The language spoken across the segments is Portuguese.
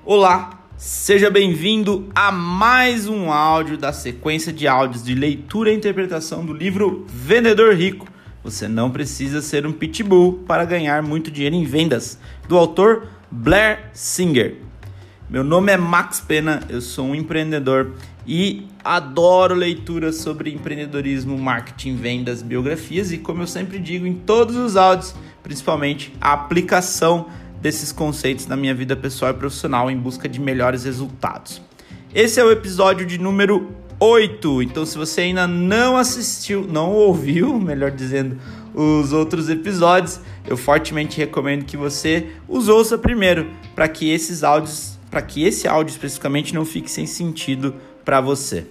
Olá, seja bem-vindo a mais um áudio da sequência de áudios de leitura e interpretação do livro Vendedor Rico. Você não precisa ser um pitbull para ganhar muito dinheiro em vendas, do autor Blair Singer. Meu nome é Max Pena, eu sou um empreendedor e adoro leituras sobre empreendedorismo, marketing, vendas, biografias e, como eu sempre digo em todos os áudios, principalmente a aplicação desses conceitos na minha vida pessoal e profissional em busca de melhores resultados. Esse é o episódio de número 8, então se você ainda não assistiu, não ouviu, melhor dizendo, os outros episódios, eu fortemente recomendo que você os ouça primeiro, para que esse áudio especificamente não fique sem sentido para você.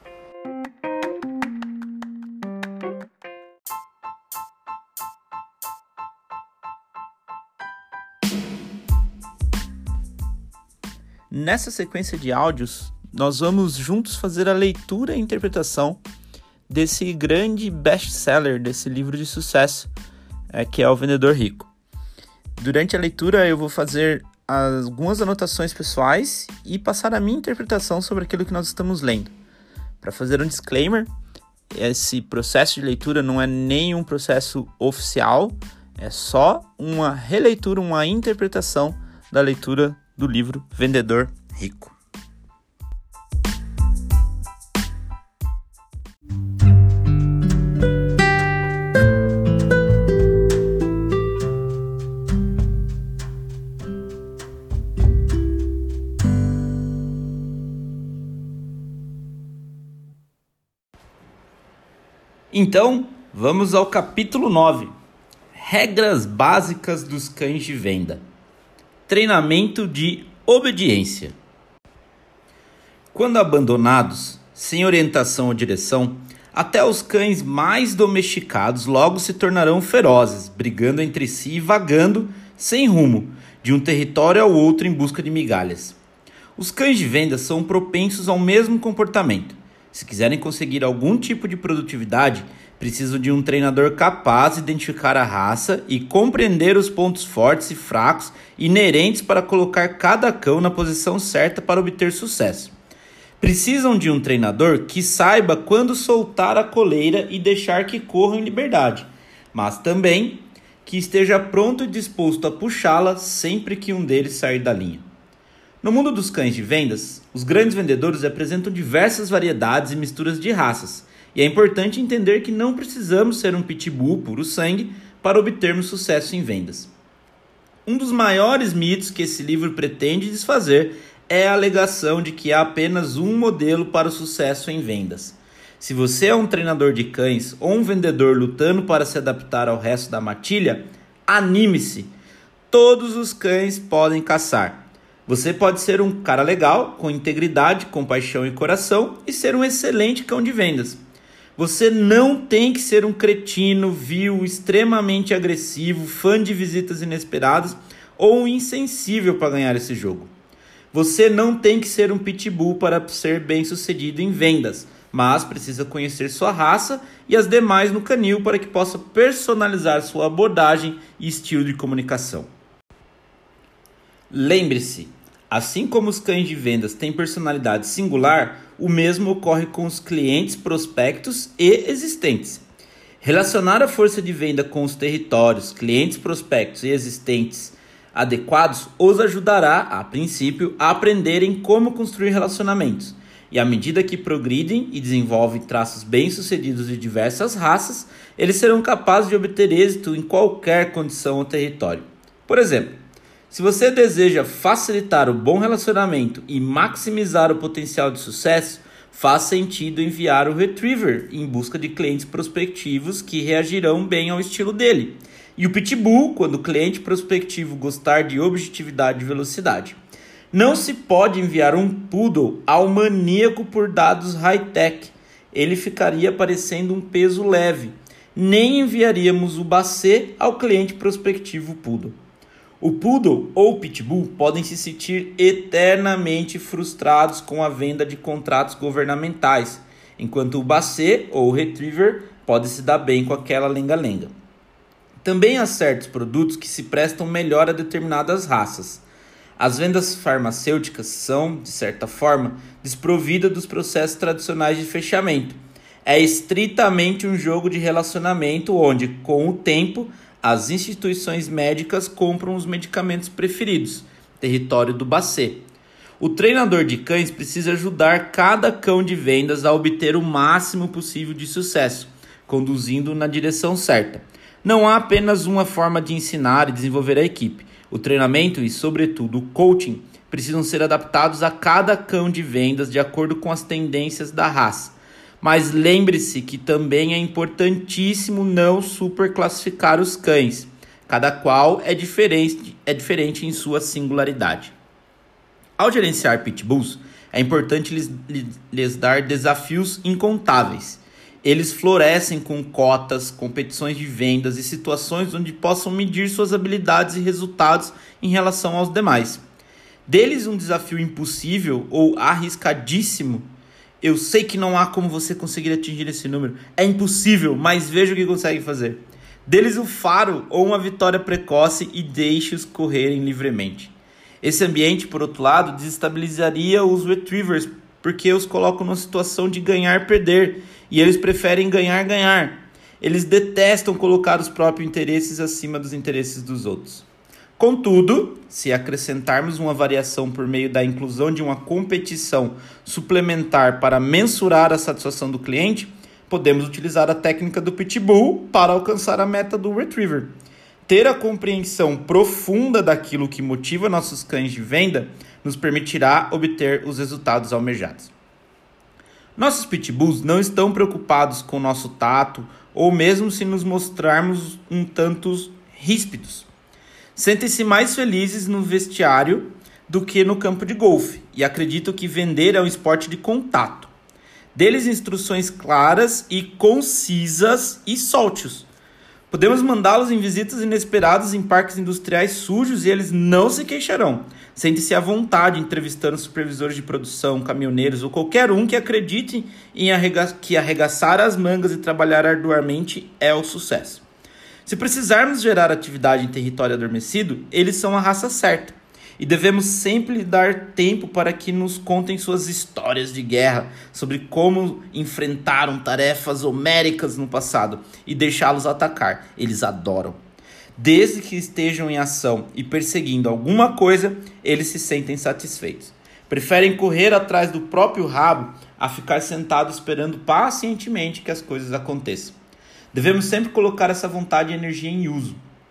Nessa sequência de áudios, nós vamos juntos fazer a leitura e interpretação desse grande best-seller, desse livro de sucesso, que é O Vendedor Rico. Durante a leitura eu vou fazer algumas anotações pessoais e passar a minha interpretação sobre aquilo que nós estamos lendo. Para fazer um disclaimer, esse processo de leitura não é nenhum processo oficial, é só uma releitura, uma interpretação da leitura do livro Vendedor Rico. Então, vamos ao capítulo 9. Regras básicas dos cães de venda. Treinamento de obediência. Quando abandonados, sem orientação ou direção, até os cães mais domesticados logo se tornarão ferozes, brigando entre si e vagando sem rumo, de um território ao outro em busca de migalhas. Os cães de venda são propensos ao mesmo comportamento. Se quiserem conseguir algum tipo de produtividade, precisam de um treinador capaz de identificar a raça e compreender os pontos fortes e fracos inerentes para colocar cada cão na posição certa para obter sucesso. Precisam de um treinador que saiba quando soltar a coleira e deixar que corra em liberdade, mas também que esteja pronto e disposto a puxá-la sempre que um deles sair da linha. No mundo dos cães de vendas, os grandes vendedores apresentam diversas variedades e misturas de raças, e é importante entender que não precisamos ser um pitbull puro sangue para obtermos sucesso em vendas. Um dos maiores mitos que esse livro pretende desfazer é a alegação de que há apenas um modelo para o sucesso em vendas. Se você é um treinador de cães ou um vendedor lutando para se adaptar ao resto da matilha, anime-se! Todos os cães podem caçar. Você pode ser um cara legal, com integridade, compaixão e coração e ser um excelente cão de vendas. Você não tem que ser um cretino, vil, extremamente agressivo, fã de visitas inesperadas ou um insensível para ganhar esse jogo. Você não tem que ser um pitbull para ser bem-sucedido em vendas, mas precisa conhecer sua raça e as demais no canil para que possa personalizar sua abordagem e estilo de comunicação. Lembre-se, assim como os cães de vendas têm personalidade singular, o mesmo ocorre com os clientes, prospectos e existentes. Relacionar a força de venda com os territórios, clientes, prospectos e existentes adequados os ajudará, a princípio, a aprenderem como construir relacionamentos. E à medida que progridem e desenvolvem traços bem-sucedidos de diversas raças, eles serão capazes de obter êxito em qualquer condição ou território. Por exemplo, se você deseja facilitar o bom relacionamento e maximizar o potencial de sucesso, faz sentido enviar o Retriever em busca de clientes prospectivos que reagirão bem ao estilo dele. E o Pitbull, quando o cliente prospectivo gostar de objetividade e velocidade. Não se pode enviar um Poodle ao maníaco por dados high-tech. Ele ficaria parecendo um peso leve. Nem enviaríamos o Basset ao cliente prospectivo Poodle. O Poodle ou o Pitbull podem se sentir eternamente frustrados com a venda de contratos governamentais, enquanto o Basset ou o Retriever pode se dar bem com aquela lenga-lenga. Também há certos produtos que se prestam melhor a determinadas raças. As vendas farmacêuticas são, de certa forma, desprovidas dos processos tradicionais de fechamento. É estritamente um jogo de relacionamento onde, com o tempo, as instituições médicas compram os medicamentos preferidos, território do Bacê. O treinador de cães precisa ajudar cada cão de vendas a obter o máximo possível de sucesso, conduzindo na direção certa. Não há apenas uma forma de ensinar e desenvolver a equipe. O treinamento e, sobretudo, o coaching precisam ser adaptados a cada cão de vendas de acordo com as tendências da raça. Mas lembre-se que também é importantíssimo não superclassificar os cães. Cada qual é diferente em sua singularidade. Ao gerenciar pitbulls, é importante lhes dar desafios incontáveis. Eles florescem com cotas, competições de vendas e situações onde possam medir suas habilidades e resultados em relação aos demais. Deles um desafio impossível ou arriscadíssimo. Eu sei que não há como você conseguir atingir esse número. É impossível, mas veja o que consegue fazer. Deles o faro ou uma vitória precoce e deixe-os correrem livremente. Esse ambiente, por outro lado, desestabilizaria os retrievers, porque os colocam numa situação de ganhar-perder, e eles preferem ganhar-ganhar. Eles detestam colocar os próprios interesses acima dos interesses dos outros. Contudo, se acrescentarmos uma variação por meio da inclusão de uma competição suplementar para mensurar a satisfação do cliente, podemos utilizar a técnica do pitbull para alcançar a meta do retriever. Ter a compreensão profunda daquilo que motiva nossos cães de venda nos permitirá obter os resultados almejados. Nossos pitbulls não estão preocupados com nosso tato ou mesmo se nos mostrarmos um tanto ríspidos. Sentem-se mais felizes no vestiário do que no campo de golfe e acreditam que vender é um esporte de contato. Deles instruções claras e concisas e solte-os. Podemos mandá-los em visitas inesperadas em parques industriais sujos e eles não se queixarão. Sentem-se à vontade entrevistando supervisores de produção, caminhoneiros ou qualquer um que acredite que arregaçar as mangas e trabalhar arduamente é o sucesso. Se precisarmos gerar atividade em território adormecido, eles são a raça certa. E devemos sempre dar tempo para que nos contem suas histórias de guerra, sobre como enfrentaram tarefas homéricas no passado e deixá-los atacar. Eles adoram. Desde que estejam em ação e perseguindo alguma coisa, eles se sentem satisfeitos. Preferem correr atrás do próprio rabo a ficar sentado esperando pacientemente que as coisas aconteçam. Devemos sempre colocar essa vontade e energia em uso.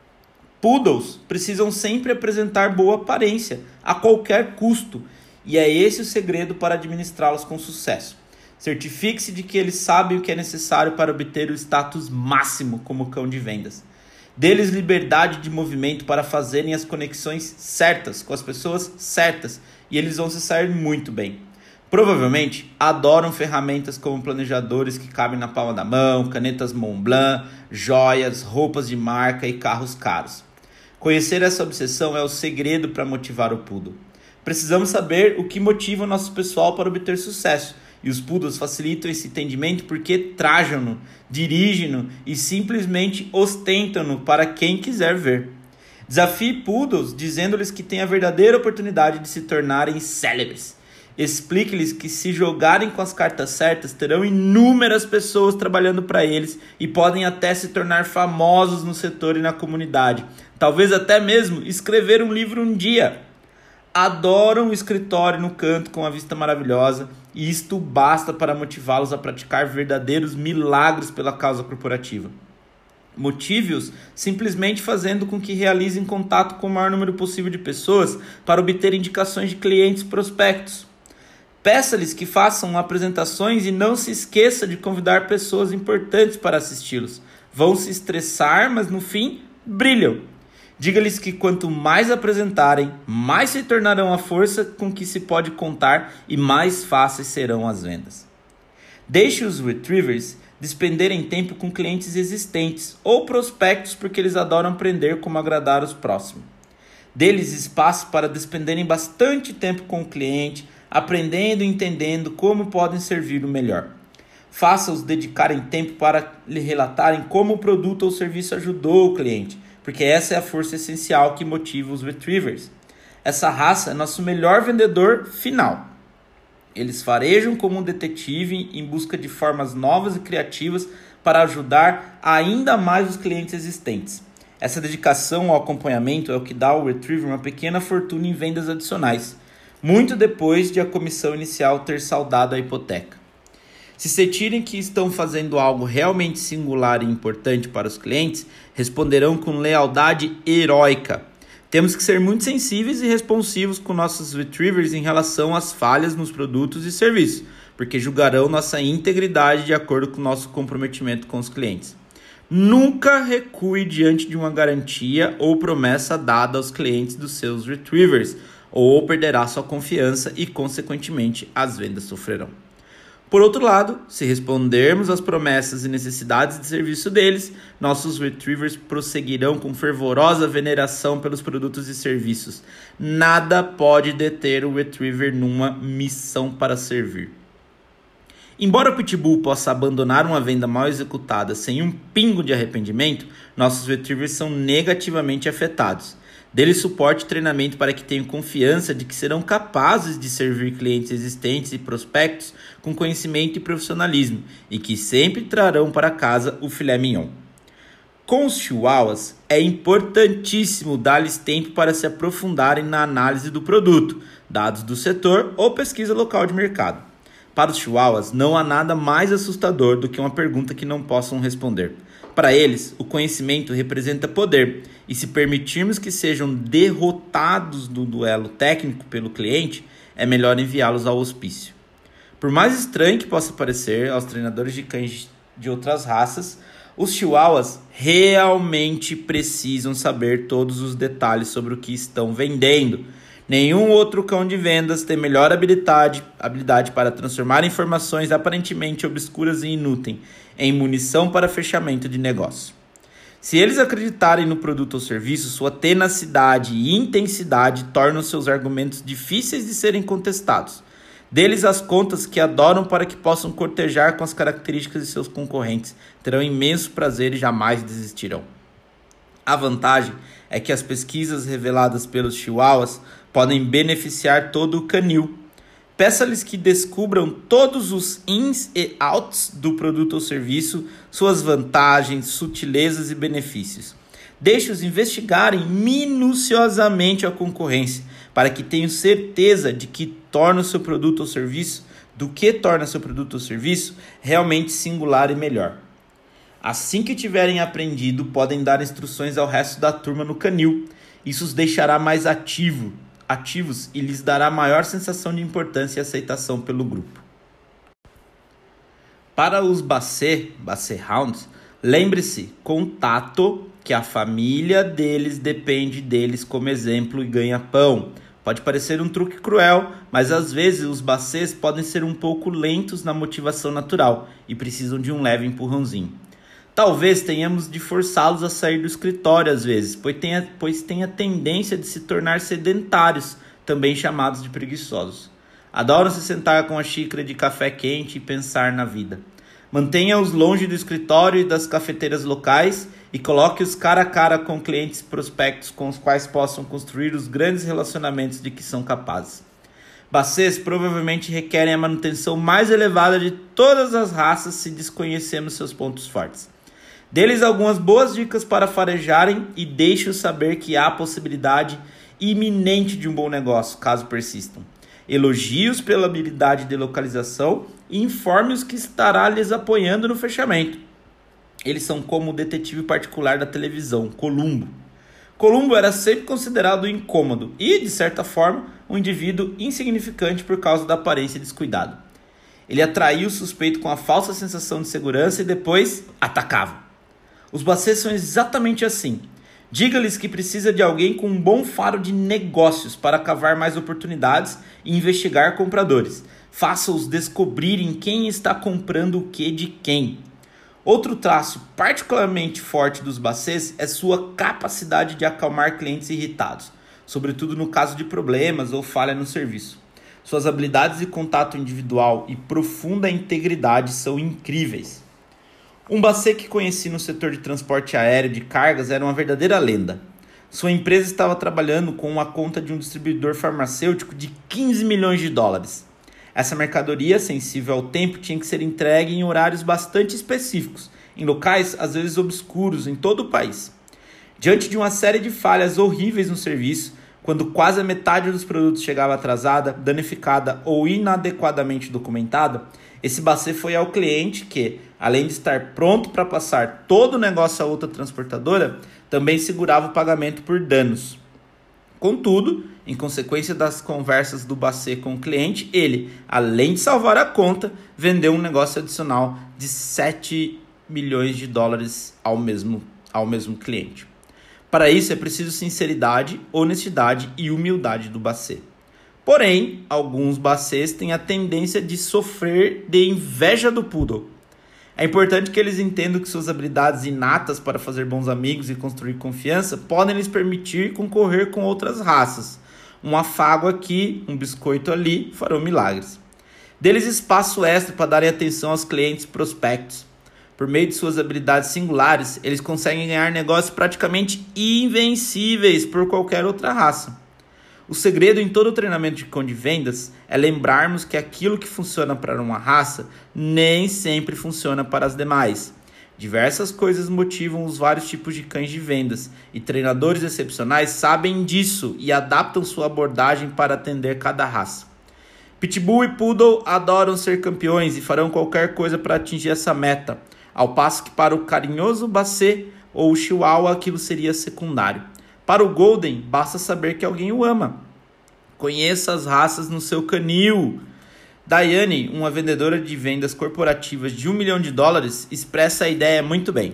Poodles precisam sempre apresentar boa aparência, a qualquer custo, e é esse o segredo para administrá-los com sucesso. Certifique-se de que eles sabem o que é necessário para obter o status máximo como cão de vendas. Dê-lhes liberdade de movimento para fazerem as conexões certas com as pessoas certas, e eles vão se sair muito bem. Provavelmente adoram ferramentas como planejadores que cabem na palma da mão, canetas Montblanc, joias, roupas de marca e carros caros. Conhecer essa obsessão é o segredo para motivar o poodle. Precisamos saber o que motiva o nosso pessoal para obter sucesso, e os poodles facilitam esse entendimento porque trajam-no, dirigem-no e simplesmente ostentam-no para quem quiser ver. Desafie poodles dizendo-lhes que têm a verdadeira oportunidade de se tornarem célebres. Explique-lhes que se jogarem com as cartas certas, terão inúmeras pessoas trabalhando para eles e podem até se tornar famosos no setor e na comunidade. Talvez até mesmo escrever um livro um dia. Adoram o escritório no canto com a vista maravilhosa e isto basta para motivá-los a praticar verdadeiros milagres pela causa corporativa. Motive-os simplesmente fazendo com que realizem contato com o maior número possível de pessoas para obter indicações de clientes e prospectos. Peça-lhes que façam apresentações e não se esqueça de convidar pessoas importantes para assisti-los. Vão se estressar, mas no fim, brilham. Diga-lhes que quanto mais apresentarem, mais se tornarão a força com que se pode contar e mais fáceis serão as vendas. Deixe os retrievers despenderem tempo com clientes existentes ou prospectos porque eles adoram aprender como agradar os próximos. Dê-lhes espaço para despenderem bastante tempo com o cliente, aprendendo e entendendo como podem servir o melhor. Faça-os dedicarem tempo para lhe relatarem como o produto ou serviço ajudou o cliente, porque essa é a força essencial que motiva os retrievers. Essa raça é nosso melhor vendedor final. Eles farejam como um detetive em busca de formas novas e criativas para ajudar ainda mais os clientes existentes. Essa dedicação ao acompanhamento é o que dá ao Retriever uma pequena fortuna em vendas adicionais, muito depois de a comissão inicial ter saldado a hipoteca. Se sentirem que estão fazendo algo realmente singular e importante para os clientes, responderão com lealdade heróica. Temos que ser muito sensíveis e responsivos com nossos Retrievers em relação às falhas nos produtos e serviços, porque julgarão nossa integridade de acordo com nosso comprometimento com os clientes. Nunca recue diante de uma garantia ou promessa dada aos clientes dos seus Retrievers, ou perderá sua confiança e, consequentemente, as vendas sofrerão. Por outro lado, se respondermos às promessas e necessidades de serviço deles, nossos Retrievers prosseguirão com fervorosa veneração pelos produtos e serviços. Nada pode deter o Retriever numa missão para servir. Embora o Pitbull possa abandonar uma venda mal executada sem um pingo de arrependimento, nossos Retrievers são negativamente afetados. Dê-lhe suporte e treinamento para que tenham confiança de que serão capazes de servir clientes existentes e prospectos com conhecimento e profissionalismo e que sempre trarão para casa o filé mignon. Com os chihuahuas, é importantíssimo dar-lhes tempo para se aprofundarem na análise do produto, dados do setor ou pesquisa local de mercado. Para os chihuahuas, não há nada mais assustador do que uma pergunta que não possam responder. Para eles, o conhecimento representa poder, e se permitirmos que sejam derrotados no duelo técnico pelo cliente, é melhor enviá-los ao hospício. Por mais estranho que possa parecer aos treinadores de cães de outras raças, os chihuahuas realmente precisam saber todos os detalhes sobre o que estão vendendo. Nenhum outro cão de vendas tem melhor habilidade para transformar informações aparentemente obscuras e inúteis em munição para fechamento de negócio. Se eles acreditarem no produto ou serviço, sua tenacidade e intensidade tornam seus argumentos difíceis de serem contestados. Deles as contas que adoram para que possam cortejar com as características de seus concorrentes. Terão imenso prazer e jamais desistirão. A vantagem é que as pesquisas reveladas pelos chihuahuas podem beneficiar todo o canil. Peça-lhes que descubram todos os ins e outs do produto ou serviço, suas vantagens, sutilezas e benefícios. Deixe-os investigarem minuciosamente a concorrência, para que tenham certeza de que torna o seu produto ou serviço, realmente singular e melhor. Assim que tiverem aprendido, podem dar instruções ao resto da turma no canil. Isso os deixará mais ativos e lhes dará maior sensação de importância e aceitação pelo grupo. Para os Basset Hounds, lembre-se, contato, que a família deles depende deles como exemplo e ganha-pão. Pode parecer um truque cruel, mas às vezes os Bassets podem ser um pouco lentos na motivação natural e precisam de um leve empurrãozinho. Talvez tenhamos de forçá-los a sair do escritório às vezes, pois tem a tendência de se tornar sedentários, também chamados de preguiçosos. Adoram se sentar com a xícara de café quente e pensar na vida. Mantenha-os longe do escritório e das cafeteiras locais e coloque-os cara a cara com clientes prospectos com os quais possam construir os grandes relacionamentos de que são capazes. Bassets provavelmente requerem a manutenção mais elevada de todas as raças se desconhecemos seus pontos fortes. Dê-lhes algumas boas dicas para farejarem e deixe-os saber que há a possibilidade iminente de um bom negócio, caso persistam. Elogie-os pela habilidade de localização e informe-os que estará lhes apoiando no fechamento. Eles são como o detetive particular da televisão, Columbo. Columbo era sempre considerado incômodo e, de certa forma, um indivíduo insignificante por causa da aparência descuidada. Ele atraía o suspeito com a falsa sensação de segurança e depois atacava. Os Bassets são exatamente assim. Diga-lhes que precisa de alguém com um bom faro de negócios para cavar mais oportunidades e investigar compradores. Faça-os descobrirem quem está comprando o que de quem. Outro traço particularmente forte dos Bassets é sua capacidade de acalmar clientes irritados, sobretudo no caso de problemas ou falha no serviço. Suas habilidades de contato individual e profunda integridade são incríveis. Um Basset que conheci no setor de transporte aéreo de cargas era uma verdadeira lenda. Sua empresa estava trabalhando com uma conta de um distribuidor farmacêutico de 15 milhões de dólares. Essa mercadoria, sensível ao tempo, tinha que ser entregue em horários bastante específicos, em locais às vezes obscuros em todo o país. Diante de uma série de falhas horríveis no serviço, quando quase a metade dos produtos chegava atrasada, danificada ou inadequadamente documentada, esse bacê foi ao cliente que, além de estar pronto para passar todo o negócio a outra transportadora, também segurava o pagamento por danos. Contudo, em consequência das conversas do bacê com o cliente, ele, além de salvar a conta, vendeu um negócio adicional de 7 milhões de dólares ao mesmo cliente. Para isso é preciso sinceridade, honestidade e humildade do bacê. Porém, alguns bacês têm a tendência de sofrer de inveja do poodle. É importante que eles entendam que suas habilidades inatas para fazer bons amigos e construir confiança podem lhes permitir concorrer com outras raças. Um afago aqui, um biscoito ali, farão milagres. Dê-lhes espaço extra para darem atenção aos clientes e prospectos. Por meio de suas habilidades singulares, eles conseguem ganhar negócios praticamente invencíveis por qualquer outra raça. O segredo em todo o treinamento de cão de vendas é lembrarmos que aquilo que funciona para uma raça nem sempre funciona para as demais. Diversas coisas motivam os vários tipos de cães de vendas e treinadores excepcionais sabem disso e adaptam sua abordagem para atender cada raça. Pitbull e Poodle adoram ser campeões e farão qualquer coisa para atingir essa meta, ao passo que para o carinhoso Bacê ou o Chihuahua aquilo seria secundário. Para o Golden, basta saber que alguém o ama. Conheça as raças no seu canil. Daiane, uma vendedora de vendas corporativas de $1 milhão, expressa a ideia muito bem.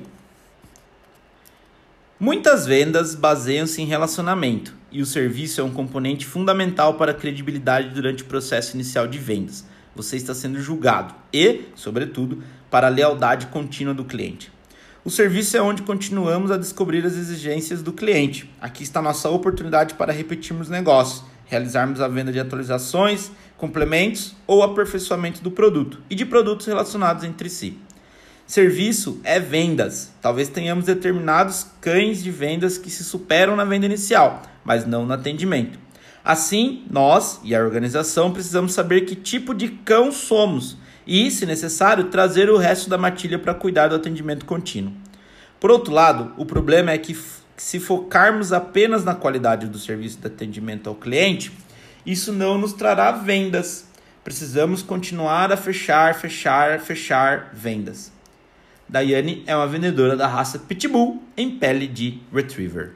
Muitas vendas baseiam-se em relacionamento, e o serviço é um componente fundamental para a credibilidade durante o processo inicial de vendas. Você está sendo julgado e, sobretudo, para a lealdade contínua do cliente. O serviço é onde continuamos a descobrir as exigências do cliente. Aqui está nossa oportunidade para repetirmos negócios, realizarmos a venda de atualizações, complementos ou aperfeiçoamento do produto e de produtos relacionados entre si. Serviço é vendas. Talvez tenhamos determinados cães de vendas que se superam na venda inicial, mas não no atendimento. Assim, nós e a organização precisamos saber que tipo de cão somos e, se necessário, trazer o resto da matilha para cuidar do atendimento contínuo. Por outro lado, o problema é que se focarmos apenas na qualidade do serviço de atendimento ao cliente, isso não nos trará vendas. Precisamos continuar a fechar vendas. Daiane é uma vendedora da raça Pitbull em pele de Retriever.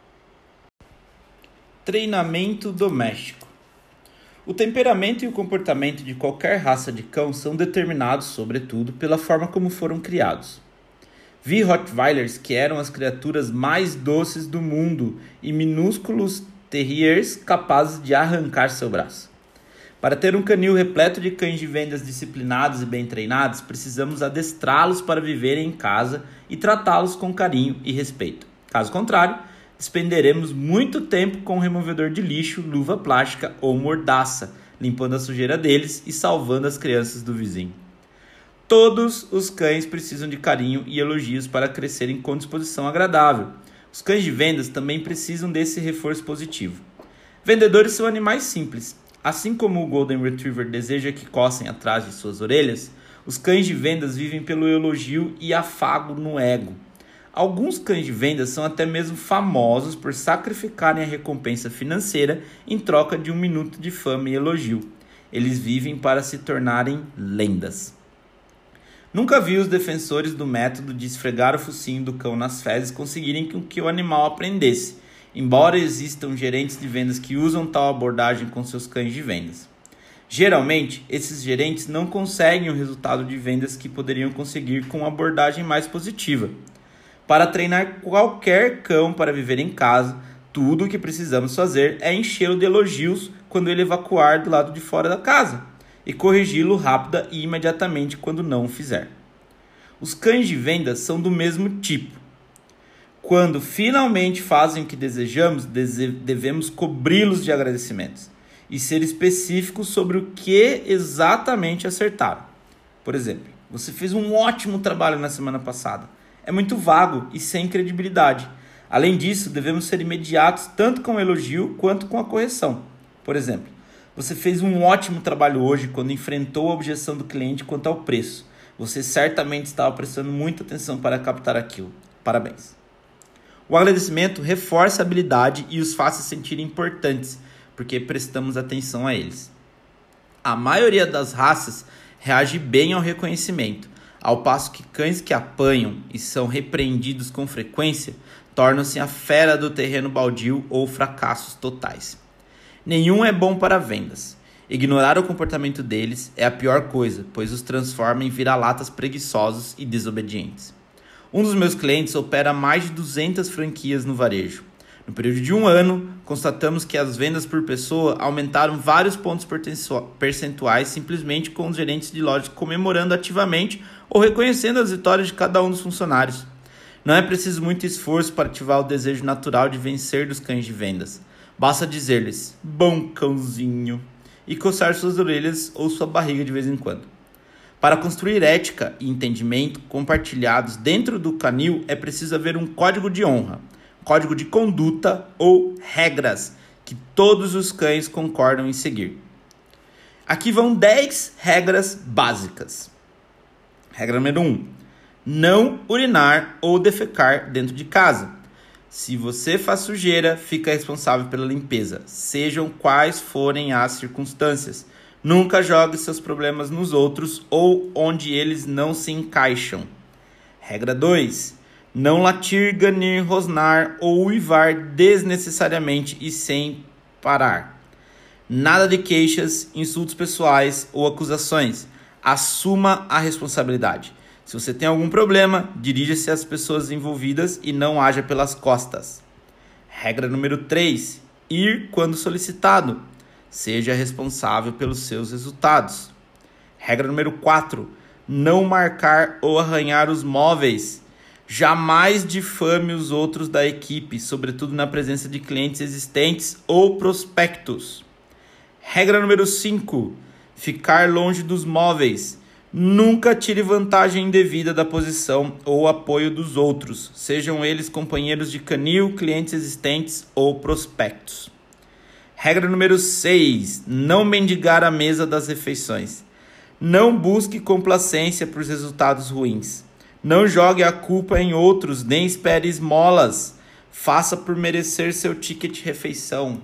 Treinamento doméstico. O temperamento e o comportamento de qualquer raça de cão são determinados, sobretudo, pela forma como foram criados. Vi Rottweilers que eram as criaturas mais doces do mundo e minúsculos terriers capazes de arrancar seu braço. Para ter um canil repleto de cães de vendas disciplinados e bem treinados, precisamos adestrá-los para viverem em casa e tratá-los com carinho e respeito. Caso contrário, despenderemos muito tempo com removedor de lixo, luva plástica ou mordaça, limpando a sujeira deles e salvando as crianças do vizinho. Todos os cães precisam de carinho e elogios para crescerem com disposição agradável. Os cães de vendas também precisam desse reforço positivo. Vendedores são animais simples. Assim como o Golden Retriever deseja que cossem atrás de suas orelhas, os cães de vendas vivem pelo elogio e afago no ego. Alguns cães de vendas são até mesmo famosos por sacrificarem a recompensa financeira em troca de 1 minuto de fama e elogio. Eles vivem para se tornarem lendas. Nunca vi os defensores do método de esfregar o focinho do cão nas fezes conseguirem que o animal aprendesse, embora existam gerentes de vendas que usam tal abordagem com seus cães de vendas. Geralmente, esses gerentes não conseguem o resultado de vendas que poderiam conseguir com uma abordagem mais positiva. Para treinar qualquer cão para viver em casa, tudo o que precisamos fazer é enchê-lo de elogios quando ele evacuar do lado de fora da casa e corrigi-lo rápida e imediatamente quando não o fizer. Os cães de vendas são do mesmo tipo. Quando finalmente fazem o que desejamos, devemos cobri-los de agradecimentos e ser específicos sobre o que exatamente acertaram. Por exemplo, você fez um ótimo trabalho na semana passada. É muito vago e sem credibilidade. Além disso, devemos ser imediatos tanto com o elogio quanto com a correção. Por exemplo, você fez um ótimo trabalho hoje quando enfrentou a objeção do cliente quanto ao preço. Você certamente estava prestando muita atenção para captar aquilo. Parabéns. O agradecimento reforça a habilidade e os faz se sentirem importantes, porque prestamos atenção a eles. A maioria das raças reage bem ao reconhecimento, ao passo que cães que apanham e são repreendidos com frequência tornam-se a fera do terreno baldio ou fracassos totais. Nenhum é bom para vendas. Ignorar o comportamento deles é a pior coisa, pois os transforma em vira-latas preguiçosos e desobedientes. Um dos meus clientes opera mais de 200 franquias no varejo. No período de 1 ano, constatamos que as vendas por pessoa aumentaram vários pontos percentuais simplesmente com os gerentes de lojas comemorando ativamente ou reconhecendo as vitórias de cada um dos funcionários. Não é preciso muito esforço para ativar o desejo natural de vencer dos cães de vendas. Basta dizer-lhes, bom cãozinho, e coçar suas orelhas ou sua barriga de vez em quando. Para construir ética e entendimento compartilhados dentro do canil é preciso haver um código de honra, código de conduta ou regras que todos os cães concordam em seguir. Aqui vão 10 regras básicas. Regra número 1. Não urinar ou defecar dentro de casa. Se você faz sujeira, fica responsável pela limpeza, sejam quais forem as circunstâncias. Nunca jogue seus problemas nos outros ou onde eles não se encaixam. Regra 2. Não latir, ganir, rosnar ou uivar desnecessariamente e sem parar. Nada de queixas, insultos pessoais ou acusações. Assuma a responsabilidade. Se você tem algum problema, dirija-se às pessoas envolvidas e não haja pelas costas. Regra número 3. Ir quando solicitado. Seja responsável pelos seus resultados. Regra número 4. Não marcar ou arranhar os móveis. Jamais difame os outros da equipe, sobretudo na presença de clientes existentes ou prospectos. Regra número 5. Ficar longe dos móveis. Nunca tire vantagem indevida da posição ou apoio dos outros, sejam eles companheiros de canil, clientes existentes ou prospectos. Regra número 6. Não mendigar a mesa das refeições. Não busque complacência por resultados ruins. Não jogue a culpa em outros, nem espere esmolas. Faça por merecer seu ticket de refeição.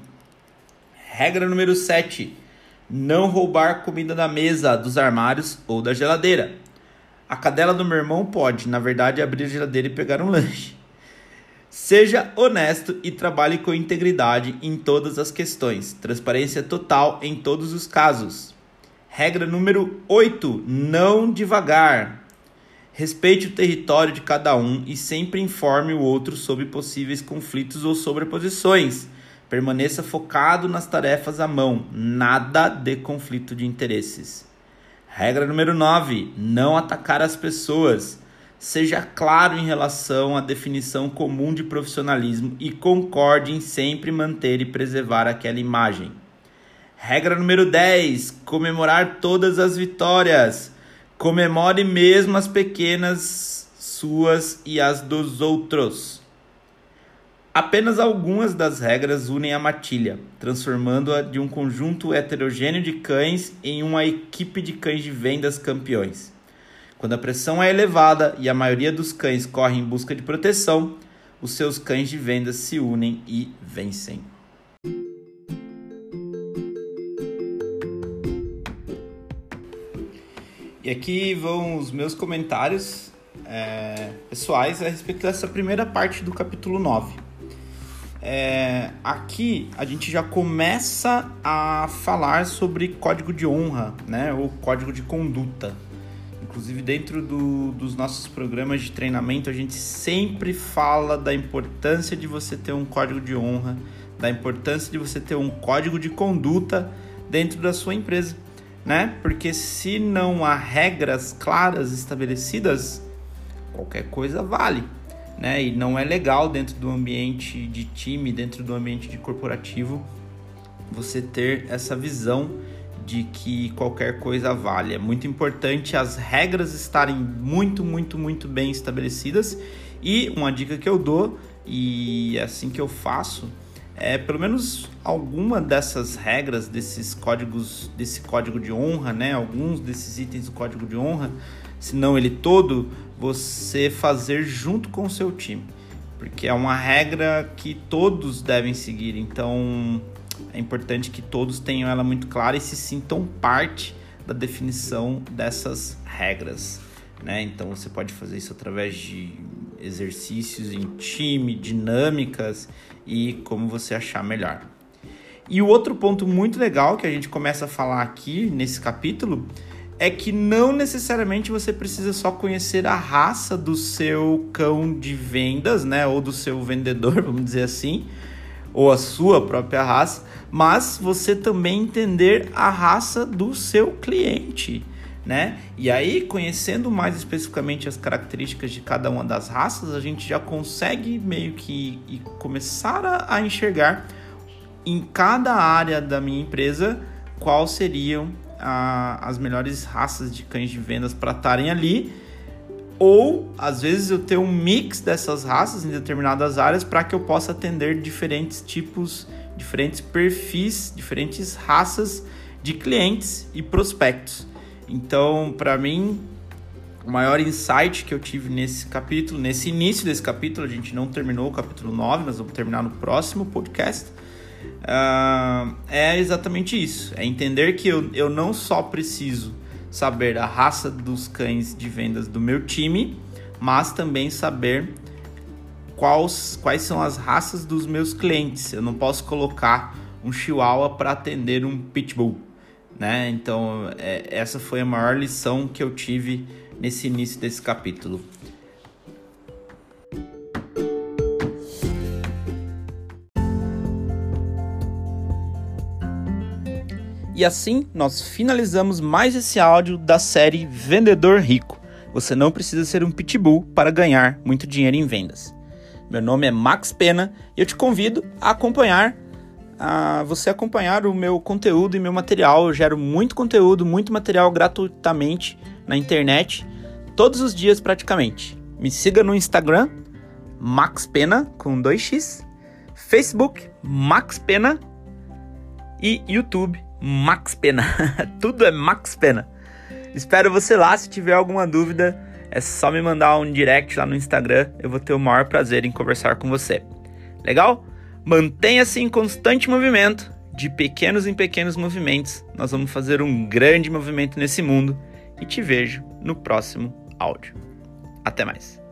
Regra número 7. Não roubar comida da mesa, dos armários ou da geladeira. A cadela do meu irmão pode, na verdade, abrir a geladeira e pegar um lanche. Seja honesto e trabalhe com integridade em todas as questões. Transparência total em todos os casos. Regra número 8. Não devagar. Respeite o território de cada um e sempre informe o outro sobre possíveis conflitos ou sobreposições. Permaneça focado nas tarefas à mão, nada de conflito de interesses. Regra número 9. Não atacar as pessoas. Seja claro em relação à definição comum de profissionalismo e concorde em sempre manter e preservar aquela imagem. Regra número 10. Comemorar todas as vitórias. Comemore mesmo as pequenas suas e as dos outros. Apenas algumas das regras unem a matilha, transformando-a de um conjunto heterogêneo de cães em uma equipe de cães de vendas campeões. Quando a pressão é elevada e a maioria dos cães corre em busca de proteção, os seus cães de vendas se unem e vencem. E aqui vão os meus comentários pessoais a respeito dessa primeira parte do capítulo 9. Aqui a gente já começa a falar sobre código de honra, né, ou código de conduta. Inclusive dentro dos nossos programas de treinamento a gente sempre fala da importância de você ter um código de honra, da importância de você ter um código de conduta dentro da sua empresa, né? Porque se não há regras claras estabelecidas, qualquer coisa vale, né? E não é legal dentro do ambiente de time, dentro do ambiente de corporativo, você ter essa visão de que qualquer coisa vale. É muito importante as regras estarem muito bem estabelecidas. E uma dica que eu dou, e é assim que eu faço. Pelo menos alguma dessas regras, desse código de honra, né? Alguns desses itens do código de honra, se não ele todo, você fazer junto com o seu time. Porque é uma regra que todos devem seguir, então é importante que todos tenham ela muito clara e se sintam parte da definição dessas regras, né? Então você pode fazer isso através de exercícios em time, dinâmicas e como você achar melhor. E o outro ponto muito legal que a gente começa a falar aqui nesse capítulo é que não necessariamente você precisa só conhecer a raça do seu cão de vendas, né, ou do seu vendedor, vamos dizer assim, ou a sua própria raça, mas você também entender a raça do seu cliente, né? E aí, conhecendo mais especificamente as características de cada uma das raças, a gente já consegue meio que começar a enxergar em cada área da minha empresa quais seriam as melhores raças de cães de vendas para estarem ali, ou às vezes eu ter um mix dessas raças em determinadas áreas para que eu possa atender diferentes tipos, diferentes perfis, diferentes raças de clientes e prospectos. Então, para mim, o maior insight que eu tive nesse capítulo, nesse início desse capítulo, a gente não terminou o capítulo 9, nós vamos terminar no próximo podcast, é exatamente isso. É entender que eu não só preciso saber a raça dos cães de vendas do meu time, mas também saber quais são as raças dos meus clientes. Eu não posso colocar um chihuahua para atender um pitbull, né? Então, essa foi a maior lição que eu tive nesse início desse capítulo. E assim, nós finalizamos mais esse áudio da série Vendedor Rico. Você não precisa ser um pitbull para ganhar muito dinheiro em vendas. Meu nome é Max Pena e eu te convido a você acompanhar o meu conteúdo e meu material. Eu gero muito conteúdo, muito material gratuitamente na internet, todos os dias praticamente. Me siga no Instagram, Max Pena, com 2x, Facebook, Max Pena e YouTube, Max Pena. Tudo é Max Pena. Espero você lá. Se tiver alguma dúvida, é só me mandar um direct lá no Instagram. Eu vou ter o maior prazer em conversar com você. Legal? Mantenha-se em constante movimento. De pequenos em pequenos movimentos, nós vamos fazer um grande movimento nesse mundo. E te vejo no próximo áudio. Até mais.